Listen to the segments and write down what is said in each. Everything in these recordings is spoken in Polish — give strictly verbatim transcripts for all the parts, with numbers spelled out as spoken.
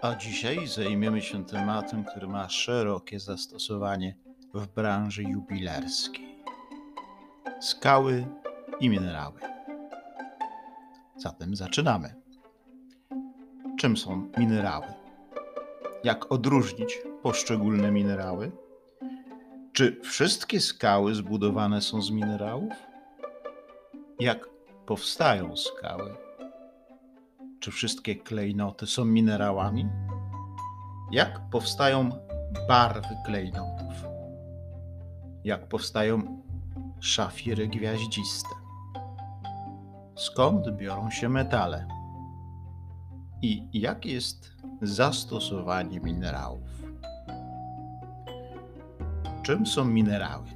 A dzisiaj zajmiemy się tematem, który ma szerokie zastosowanie w branży jubilerskiej. Skały i minerały. Zatem zaczynamy. Czym są minerały? Jak odróżnić poszczególne minerały? Czy wszystkie skały zbudowane są z minerałów? Jak powstają skały? Czy wszystkie klejnoty są minerałami? Jak powstają barwy klejnotów? Jak powstają szafiry gwiaździste? Skąd biorą się metale? I jakie jest zastosowanie minerałów? Czym są minerały?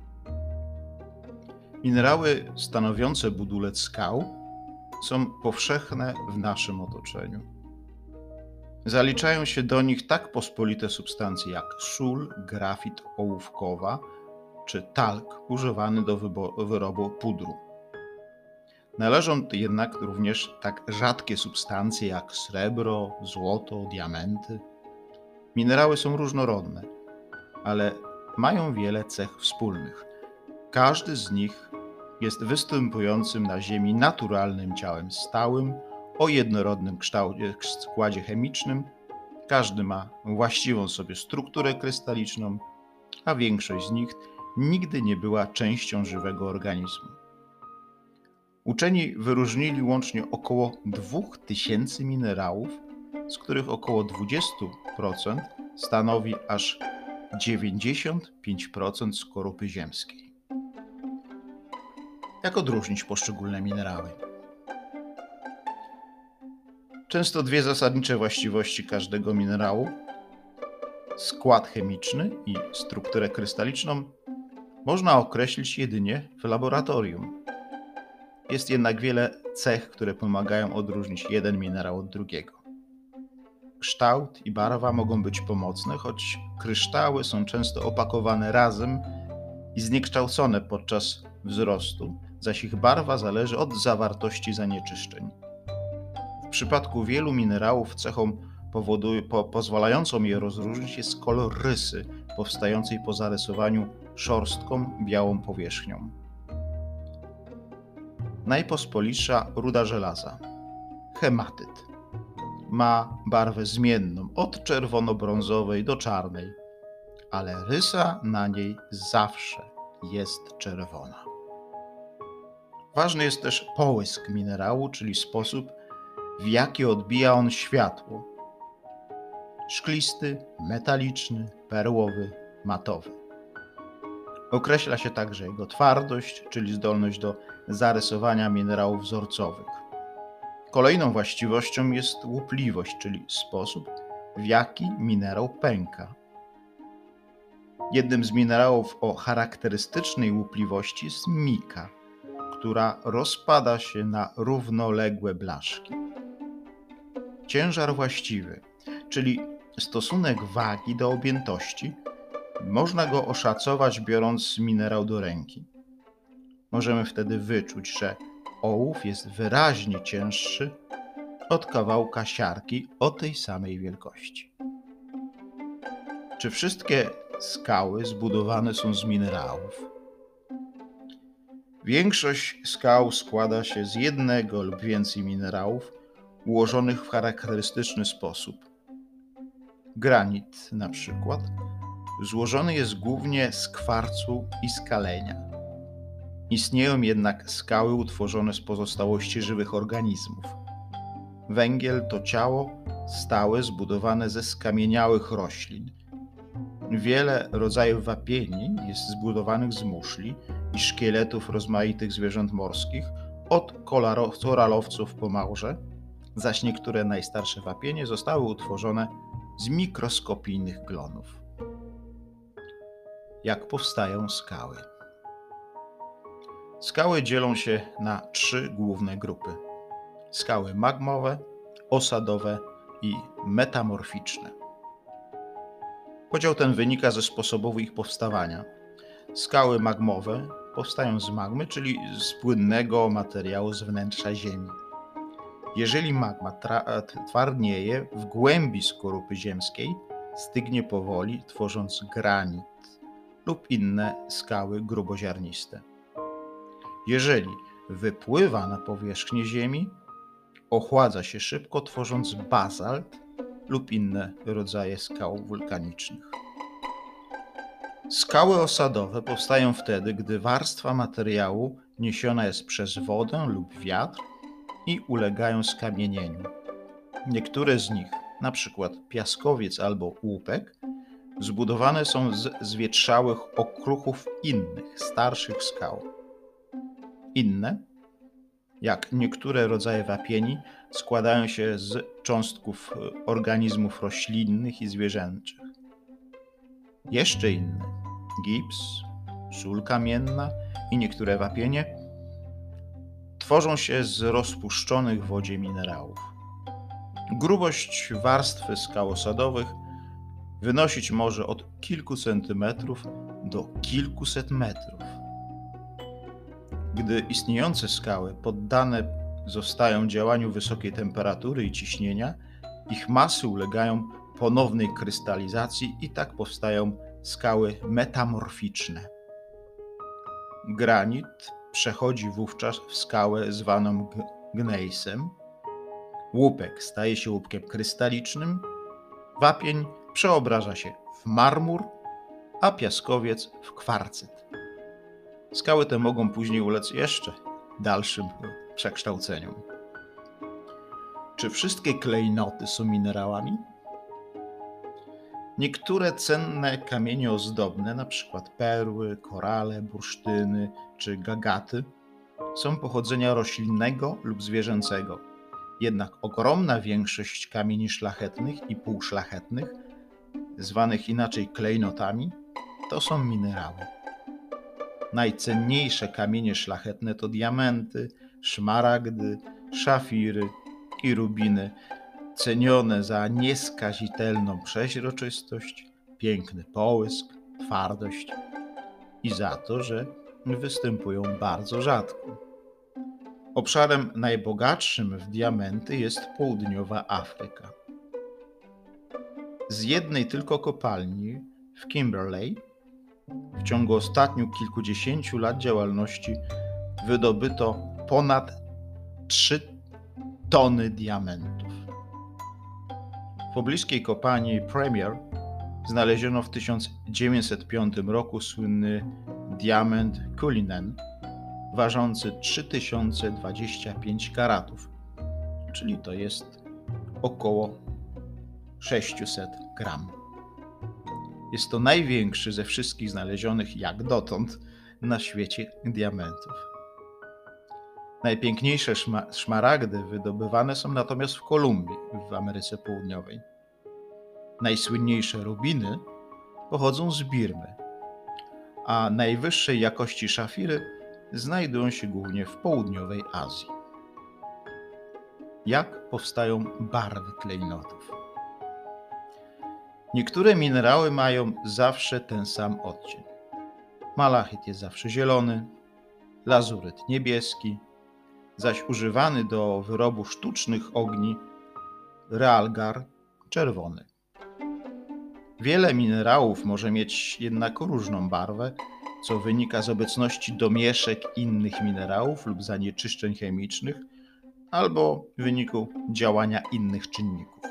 Minerały stanowiące budulec skał są powszechne w naszym otoczeniu. Zaliczają się do nich tak pospolite substancje jak sól, grafit ołówkowa czy talk używany do wybo- wyrobu pudru. Należą jednak również tak rzadkie substancje jak srebro, złoto, diamenty. Minerały są różnorodne, ale mają wiele cech wspólnych. Każdy z nich jest występującym na Ziemi naturalnym ciałem stałym, o jednorodnym kształcie, składzie chemicznym. Każdy ma właściwą sobie strukturę krystaliczną, a większość z nich nigdy nie była częścią żywego organizmu. Uczeni wyróżnili łącznie około dwóch tysięcy minerałów, z których około dwadzieścia procent stanowi aż dziewięćdziesiąt pięć procent skorupy ziemskiej. Jak odróżnić poszczególne minerały? Często dwie zasadnicze właściwości każdego minerału, skład chemiczny i strukturę krystaliczną, można określić jedynie w laboratorium. Jest jednak wiele cech, które pomagają odróżnić jeden minerał od drugiego. Kształt i barwa mogą być pomocne, choć kryształy są często opakowane razem i zniekształcone podczas wzrostu, zaś ich barwa zależy od zawartości zanieczyszczeń. W przypadku wielu minerałów cechą powoduje, po, pozwalającą je rozróżnić jest kolor rysy powstającej po zarysowaniu szorstką, białą powierzchnią. Najpospolitsza ruda żelaza, hematyt, ma barwę zmienną od czerwono-brązowej do czarnej, ale rysa na niej zawsze jest czerwona. Ważny jest też połysk minerału, czyli sposób, w jaki odbija on światło. Szklisty, metaliczny, perłowy, matowy. Określa się także jego twardość, czyli zdolność do zarysowania minerałów wzorcowych. Kolejną właściwością jest łupliwość, czyli sposób, w jaki minerał pęka. Jednym z minerałów o charakterystycznej łupliwości jest mika, która rozpada się na równoległe blaszki. Ciężar właściwy, czyli stosunek wagi do objętości, można go oszacować biorąc minerał do ręki. Możemy wtedy wyczuć, że ołów jest wyraźnie cięższy od kawałka siarki o tej samej wielkości. Czy wszystkie skały zbudowane są z minerałów? Większość skał składa się z jednego lub więcej minerałów ułożonych w charakterystyczny sposób. Granit na przykład złożony jest głównie z kwarcu i skalenia. Istnieją jednak skały utworzone z pozostałości żywych organizmów. Węgiel to ciało stałe zbudowane ze skamieniałych roślin. Wiele rodzajów wapieni jest zbudowanych z muszli i szkieletów rozmaitych zwierząt morskich, od koralowców po małże, zaś niektóre najstarsze wapienie zostały utworzone z mikroskopijnych glonów. Jak powstają skały? Skały dzielą się na trzy główne grupy. Skały magmowe, osadowe i metamorficzne. Podział ten wynika ze sposobów ich powstawania. Skały magmowe powstają z magmy, czyli z płynnego materiału z wnętrza Ziemi. Jeżeli magma tra- twardnieje w głębi skorupy ziemskiej, stygnie powoli, tworząc granit lub inne skały gruboziarniste. Jeżeli wypływa na powierzchnię Ziemi, ochładza się szybko, tworząc bazalt lub inne rodzaje skał wulkanicznych. Skały osadowe powstają wtedy, gdy warstwa materiału niesiona jest przez wodę lub wiatr i ulegają skamienieniu. Niektóre z nich, na przykład piaskowiec albo łupek, zbudowane są z zwietrzałych okruchów innych, starszych skał. Inne, jak niektóre rodzaje wapieni, składają się z cząstków organizmów roślinnych i zwierzęcych. Jeszcze inne, gips, sól kamienna i niektóre wapienie, tworzą się z rozpuszczonych w wodzie minerałów. Grubość warstwy skał osadowych wynosić może od kilku centymetrów do kilkuset metrów. Gdy istniejące skały poddane zostają działaniu wysokiej temperatury i ciśnienia, ich masy ulegają ponownej krystalizacji i tak powstają skały metamorficzne. Granit przechodzi wówczas w skałę zwaną gnejsem, łupek staje się łupkiem krystalicznym, wapień przeobraża się w marmur, a piaskowiec w kwarcyt. Skały te mogą później ulec jeszcze dalszym przekształceniom. Czy wszystkie klejnoty są minerałami? Niektóre cenne kamienie ozdobne, np. perły, korale, bursztyny czy gagaty, są pochodzenia roślinnego lub zwierzęcego. Jednak ogromna większość kamieni szlachetnych i półszlachetnych, zwanych inaczej klejnotami, to są minerały. Najcenniejsze kamienie szlachetne to diamenty, szmaragdy, szafiry i rubiny, cenione za nieskazitelną przeźroczystość, piękny połysk, twardość i za to, że występują bardzo rzadko. Obszarem najbogatszym w diamenty jest południowa Afryka. Z jednej tylko kopalni w Kimberley w ciągu ostatnich kilkudziesięciu lat działalności wydobyto ponad trzy tony diamentów. W pobliskiej kopalni Premier znaleziono w tysiąc dziewięćset piątym roku słynny diament Cullinan, ważący trzy tysiące dwadzieścia pięć karatów, czyli to jest około sześćset gram. Jest to największy ze wszystkich znalezionych jak dotąd na świecie diamentów. Najpiękniejsze szma- szmaragdy wydobywane są natomiast w Kolumbii, w Ameryce Południowej. Najsłynniejsze rubiny pochodzą z Birmy, a najwyższej jakości szafiry znajdują się głównie w południowej Azji. Jak powstają barwy klejnotów? Niektóre minerały mają zawsze ten sam odcień. Malachit jest zawsze zielony, lazuryt niebieski, zaś używany do wyrobu sztucznych ogni realgar czerwony. Wiele minerałów może mieć jednak różną barwę, co wynika z obecności domieszek innych minerałów lub zanieczyszczeń chemicznych, albo w wyniku działania innych czynników.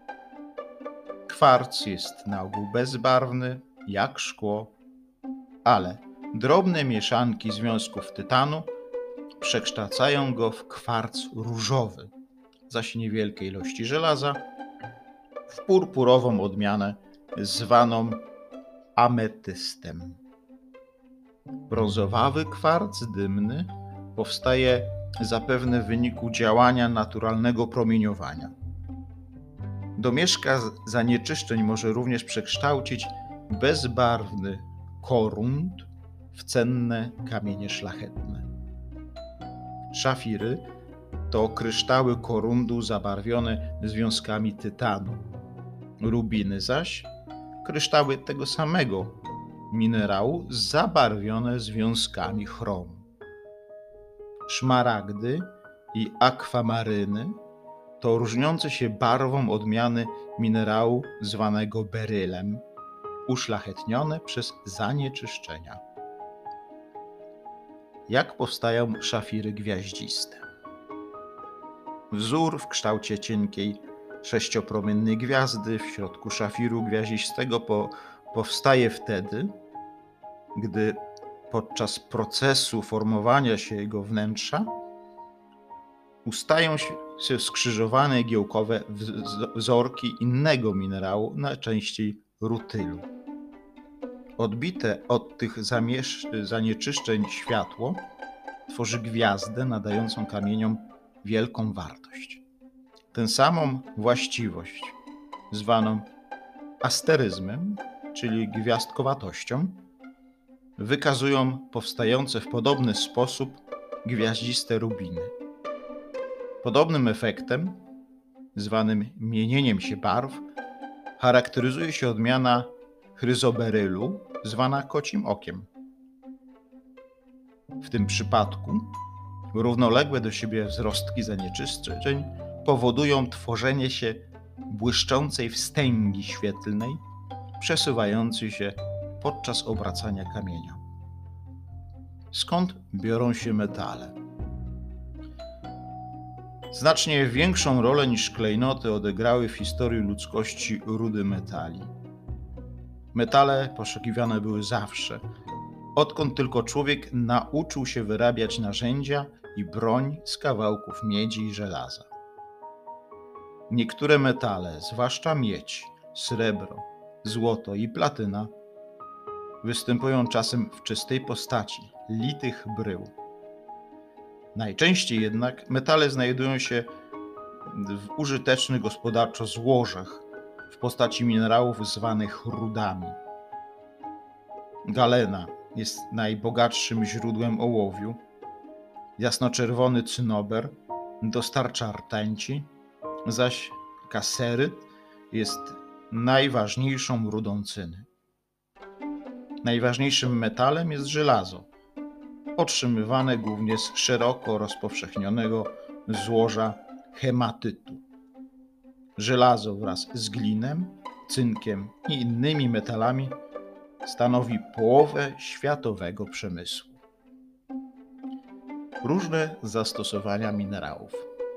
Kwarc jest na ogół bezbarwny, jak szkło, ale drobne mieszanki związków tytanu przekształcają go w kwarc różowy, zaś niewielkie ilości żelaza w purpurową odmianę zwaną ametystem. Brązowawy kwarc dymny powstaje zapewne w wyniku działania naturalnego promieniowania. Domieszka zanieczyszczeń może również przekształcić bezbarwny korund w cenne kamienie szlachetne. Szafiry to kryształy korundu zabarwione związkami tytanu. Rubiny zaś kryształy tego samego minerału zabarwione związkami chromu. Szmaragdy i akwamaryny to różniące się barwą odmiany minerału zwanego berylem, uszlachetnione przez zanieczyszczenia. Jak powstają szafiry gwiaździste? Wzór w kształcie cienkiej, sześciopromiennej gwiazdy w środku szafiru gwiaździstego po, powstaje wtedy, gdy podczas procesu formowania się jego wnętrza ustają się skrzyżowane giełkowe wzorki innego minerału, najczęściej rutylu. Odbite od tych zanieczyszczeń światło tworzy gwiazdę nadającą kamieniom wielką wartość. Tę samą właściwość, zwaną asteryzmem, czyli gwiazdkowatością, wykazują powstające w podobny sposób gwiaździste rubiny. Podobnym efektem, zwanym mienieniem się barw, charakteryzuje się odmiana chryzoberylu, zwana kocim okiem. W tym przypadku równoległe do siebie wzrostki zanieczyszczeń powodują tworzenie się błyszczącej wstęgi świetlnej, przesuwającej się podczas obracania kamienia. Skąd biorą się metale? Znacznie większą rolę niż klejnoty odegrały w historii ludzkości rudy metali. Metale poszukiwane były zawsze, odkąd tylko człowiek nauczył się wyrabiać narzędzia i broń z kawałków miedzi i żelaza. Niektóre metale, zwłaszcza miedź, srebro, złoto i platyna, występują czasem w czystej postaci, litych brył. Najczęściej jednak metale znajdują się w użytecznych gospodarczo złożach w postaci minerałów zwanych rudami. Galena jest najbogatszym źródłem ołowiu, jasnoczerwony cynober dostarcza rtęci, zaś kaseryt jest najważniejszą rudą cyny. Najważniejszym metalem jest żelazo, otrzymywane głównie z szeroko rozpowszechnionego złoża hematytu. Żelazo wraz z glinem, cynkiem i innymi metalami stanowi połowę światowego przemysłu. Różne zastosowania minerałów.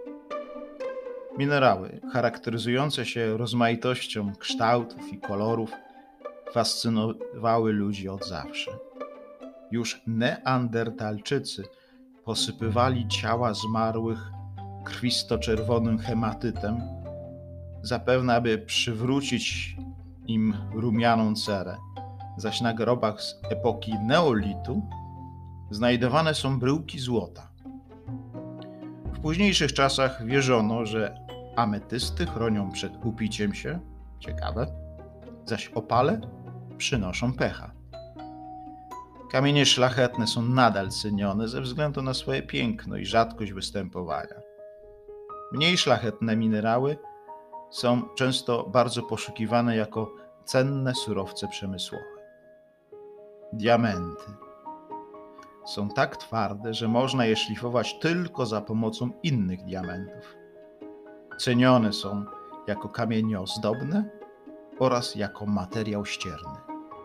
Minerały charakteryzujące się rozmaitością kształtów i kolorów fascynowały ludzi od zawsze. Już neandertalczycy posypywali ciała zmarłych krwisto-czerwonym hematytem, zapewne aby przywrócić im rumianą cerę, zaś na grobach z epoki neolitu znajdowane są bryłki złota. W późniejszych czasach wierzono, że ametysty chronią przed upiciem się, ciekawe, zaś opale przynoszą pecha. Kamienie szlachetne są nadal cenione ze względu na swoje piękno i rzadkość występowania. Mniej szlachetne minerały są często bardzo poszukiwane jako cenne surowce przemysłowe. Diamenty są tak twarde, że można je szlifować tylko za pomocą innych diamentów. Cenione są jako kamienie ozdobne oraz jako materiał ścierny.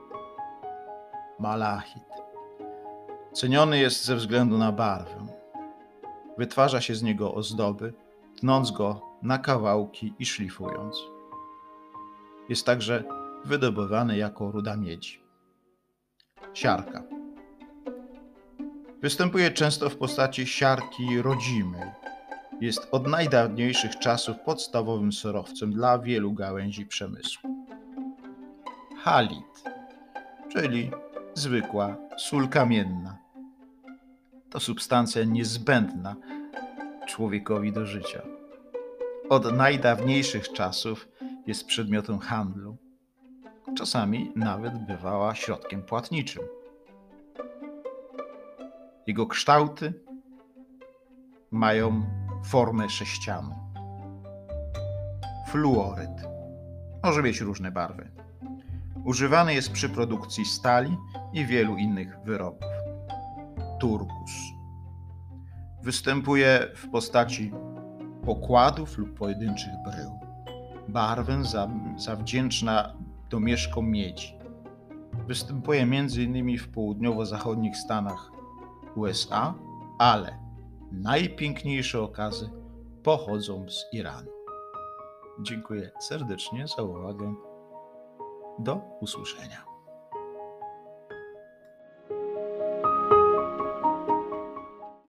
Malachit ceniony jest ze względu na barwę. Wytwarza się z niego ozdoby, tnąc go na kawałki i szlifując. Jest także wydobywany jako ruda miedzi. Siarka występuje często w postaci siarki rodzimej. Jest od najdawniejszych czasów podstawowym surowcem dla wielu gałęzi przemysłu. Halit, czyli zwykła sól kamienna. To substancja niezbędna człowiekowi do życia. Od najdawniejszych czasów jest przedmiotem handlu. Czasami nawet bywała środkiem płatniczym. Jego kształty mają formę sześcianu. Fluoryt może mieć różne barwy. Używany jest przy produkcji stali i wielu innych wyrobów. Turkus występuje w postaci pokładów lub pojedynczych brył. Barwę za, zawdzięczna domieszkom miedzi. Występuje między innymi w południowo-zachodnich Stanach U S A, ale najpiękniejsze okazy pochodzą z Iranu. Dziękuję serdecznie za uwagę. Do usłyszenia.